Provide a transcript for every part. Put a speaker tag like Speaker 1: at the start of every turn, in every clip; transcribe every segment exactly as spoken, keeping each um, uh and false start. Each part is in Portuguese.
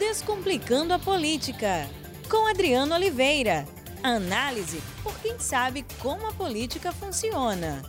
Speaker 1: Descomplicando a Política, com Adriano Oliveira. Análise por quem sabe como a política funciona.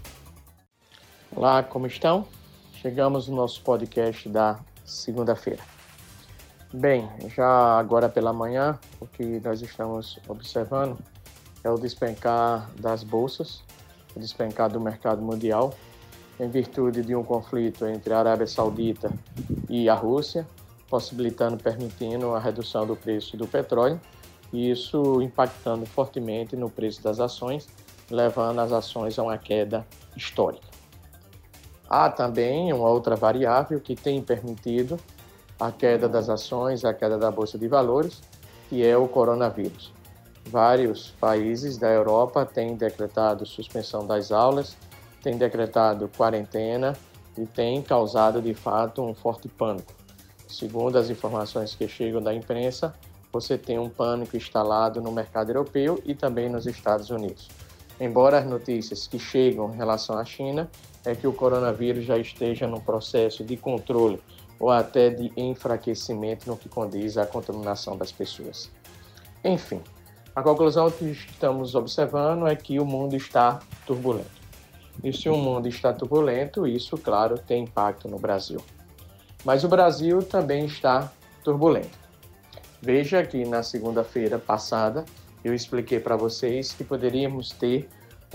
Speaker 2: Olá, como estão? Chegamos no nosso podcast da segunda-feira. Bem, já agora pela manhã, o que nós estamos observando é o despencar das bolsas, o despencar do mercado mundial, em virtude de um conflito entre a Arábia Saudita e a Rússia, possibilitando, permitindo a redução do preço do petróleo, e isso impactando fortemente no preço das ações, levando as ações a uma queda histórica. Há também uma outra variável que tem permitido a queda das ações, a queda da Bolsa de Valores, que é o coronavírus. Vários países da Europa têm decretado suspensão das aulas, têm decretado quarentena e têm causado, de fato, um forte pânico. Segundo as informações que chegam da imprensa, você tem um pânico instalado no mercado europeu e também nos Estados Unidos. Embora as notícias que chegam em relação à China é que o coronavírus já esteja no processo de controle ou até de enfraquecimento no que condiz à contaminação das pessoas. Enfim, a conclusão que estamos observando é que o mundo está turbulento. E se o mundo está turbulento, isso, claro, tem impacto no Brasil. Mas o Brasil também está turbulento. Veja que na segunda-feira passada eu expliquei para vocês que poderíamos ter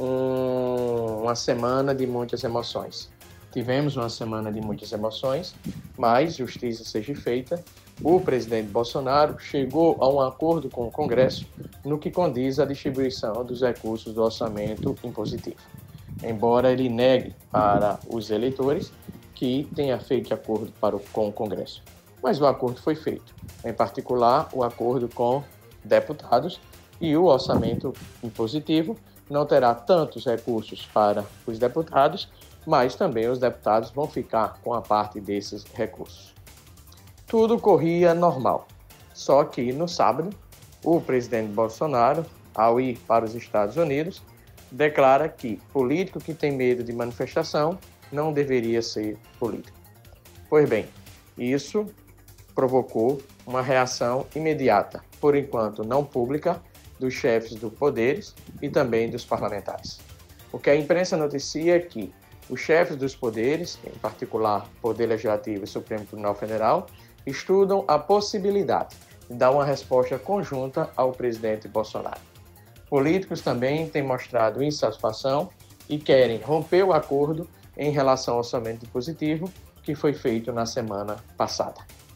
Speaker 2: um, uma semana de muitas emoções. Tivemos uma semana de muitas emoções, mas, justiça seja feita, o presidente Bolsonaro chegou a um acordo com o Congresso no que condiz à distribuição dos recursos do orçamento impositivo. Embora ele negue para os eleitores que tenha feito acordo para o, com o Congresso. Mas o acordo foi feito, em particular o acordo com deputados, e o orçamento impositivo não terá tantos recursos para os deputados, mas também os deputados vão ficar com a parte desses recursos. Tudo corria normal, só que no sábado, o presidente Bolsonaro, ao ir para os Estados Unidos, declara que político que tem medo de manifestação não deveria ser político. Pois bem, isso provocou uma reação imediata, por enquanto não pública, dos chefes dos poderes e também dos parlamentares. O que a imprensa noticia é que os chefes dos poderes, em particular Poder Legislativo e Supremo Tribunal Federal, estudam a possibilidade de dar uma resposta conjunta ao presidente Bolsonaro. Políticos também têm mostrado insatisfação e querem romper o acordo em relação ao orçamento positivo que foi feito na semana passada.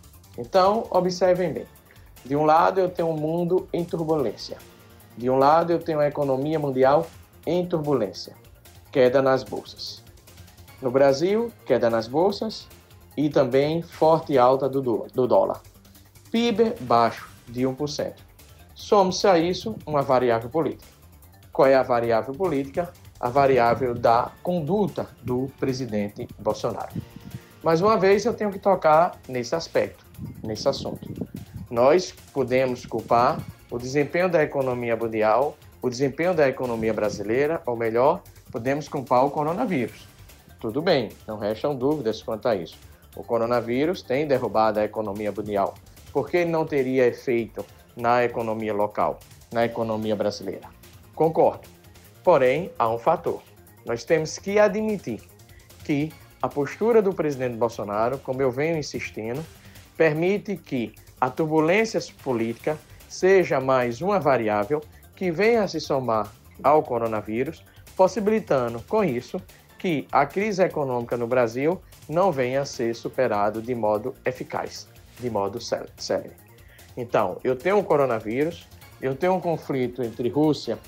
Speaker 2: Então, observem bem. De um lado, eu tenho um mundo em turbulência. De um lado, eu tenho a economia mundial em turbulência. Queda nas bolsas. No Brasil, queda nas bolsas e também forte alta do, do dólar. P I B baixo de um por cento. Some-se a isso uma variável política. Qual é a variável política? A variável da conduta do presidente Bolsonaro. Mais uma vez, eu tenho que tocar nesse aspecto, nesse assunto. Nós podemos culpar o desempenho da economia mundial, o desempenho da economia brasileira, ou melhor, podemos culpar o coronavírus. Tudo bem, não restam dúvidas quanto a isso. O coronavírus tem derrubado a economia mundial. Por que não teria efeito na economia local, na economia brasileira? Concordo. Porém, há um fator. Nós temos que admitir que a postura do presidente Bolsonaro, como eu venho insistindo, permite que a turbulência política seja mais uma variável que venha a se somar ao coronavírus, possibilitando, com isso, que a crise econômica no Brasil não venha a ser superada de modo eficaz, de modo célere. Então, eu tenho um coronavírus, eu tenho um conflito entre Rússia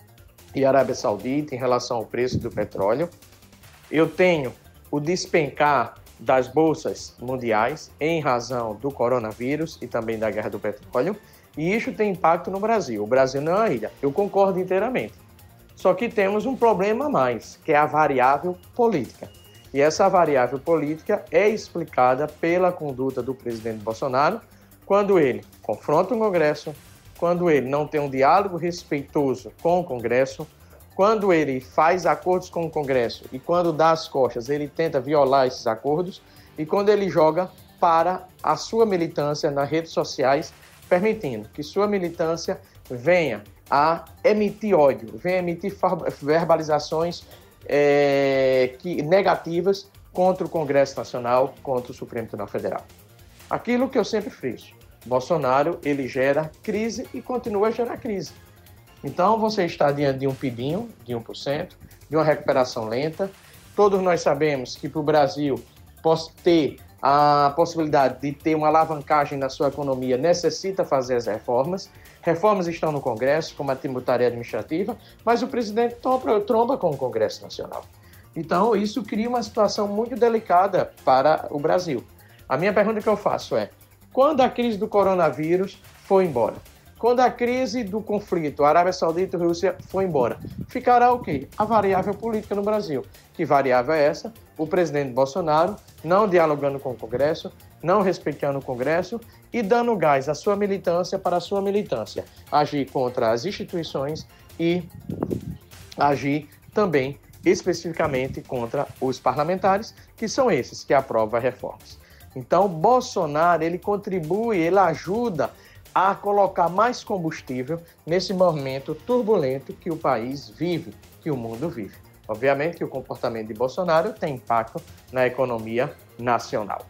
Speaker 2: e Arábia Saudita em relação ao preço do petróleo, eu tenho o despencar das bolsas mundiais em razão do coronavírus e também da guerra do petróleo, e isso tem impacto no Brasil. O Brasil não é uma ilha, eu concordo inteiramente. Só que temos um problema a mais, que é a variável política. E essa variável política é explicada pela conduta do presidente Bolsonaro quando ele confronta o Congresso, quando ele não tem um diálogo respeitoso com o Congresso, quando ele faz acordos com o Congresso e quando dá as costas ele tenta violar esses acordos, e quando ele joga para a sua militância nas redes sociais, permitindo que sua militância venha a emitir ódio, venha a emitir verbalizações é, que, negativas contra o Congresso Nacional, contra o Supremo Tribunal Federal. Aquilo que eu sempre friso, Bolsonaro, ele gera crise e continua a gerar crise. Então, você está diante de um pibinho, de um por cento, de uma recuperação lenta. Todos nós sabemos que para o Brasil ter a possibilidade de ter uma alavancagem na sua economia, necessita fazer as reformas. Reformas estão no Congresso, como a tributária administrativa, mas o presidente tromba com o Congresso Nacional. Então, isso cria uma situação muito delicada para o Brasil. A minha pergunta que eu faço é, quando a crise do coronavírus foi embora? Quando a crise do conflito Arábia Saudita e Rússia foi embora, ficará o quê? A variável política no Brasil. Que variável é essa? O presidente Bolsonaro não dialogando com o Congresso, não respeitando o Congresso e dando gás à sua militância para a sua militância. Agir contra as instituições e agir também especificamente contra os parlamentares, que são esses que aprovam reformas. Então, Bolsonaro, ele contribui, ele ajuda a colocar mais combustível nesse momento turbulento que o país vive, que o mundo vive. Obviamente que o comportamento de Bolsonaro tem impacto na economia nacional.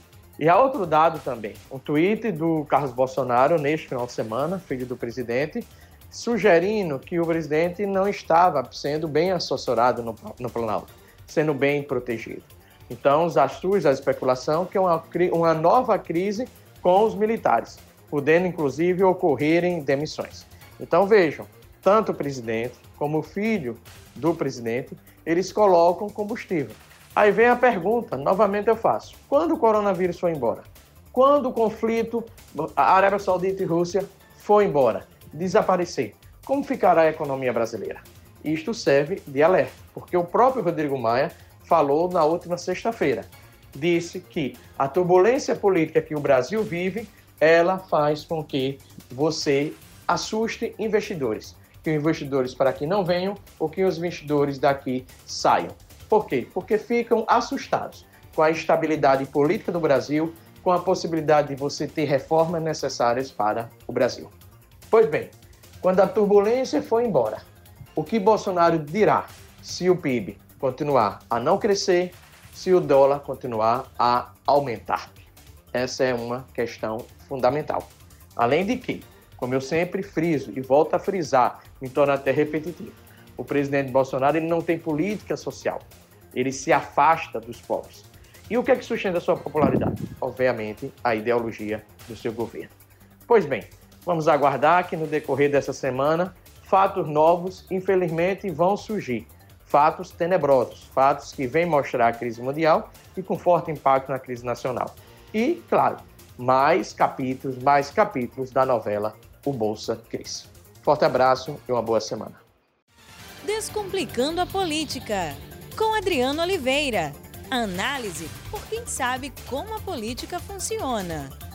Speaker 2: E há outro dado também, um tweet do Carlos Bolsonaro neste final de semana, filho do presidente, sugerindo que o presidente não estava sendo bem assessorado no, no Planalto, sendo bem protegido. Então, surge a especulação que é uma, uma nova crise com os militares, podendo inclusive ocorrerem demissões. Então vejam, tanto o presidente como o filho do presidente, eles colocam combustível. Aí vem a pergunta, novamente eu faço, quando o coronavírus foi embora? Quando o conflito Arábia Saudita e Rússia foi embora, desaparecer, como ficará a economia brasileira? Isto serve de alerta, porque o próprio Rodrigo Maia falou na última sexta-feira, disse que a turbulência política que o Brasil vive, ela faz com que você assuste investidores. Que os investidores para que não venham ou que os investidores daqui saiam. Por quê? Porque ficam assustados com a estabilidade política do Brasil, com a possibilidade de você ter reformas necessárias para o Brasil. Pois bem, quando a turbulência for embora, o que Bolsonaro dirá se o P I B continuar a não crescer, se o dólar continuar a aumentar? Essa é uma questão fundamental. Além de que, como eu sempre friso e volto a frisar, me torna até repetitivo, o presidente Bolsonaro ele não tem política social, ele se afasta dos pobres. E o que é que sustenta a sua popularidade? Obviamente, a ideologia do seu governo. Pois bem, vamos aguardar que no decorrer dessa semana, fatos novos, infelizmente, vão surgir. Fatos tenebrosos, fatos que vêm mostrar a crise mundial e com forte impacto na crise nacional. E, claro, mais capítulos, mais capítulos da novela O Bolsa Cris. Forte abraço e uma boa semana.
Speaker 1: Descomplicando a Política, com Adriano Oliveira. Análise por quem sabe como a política funciona.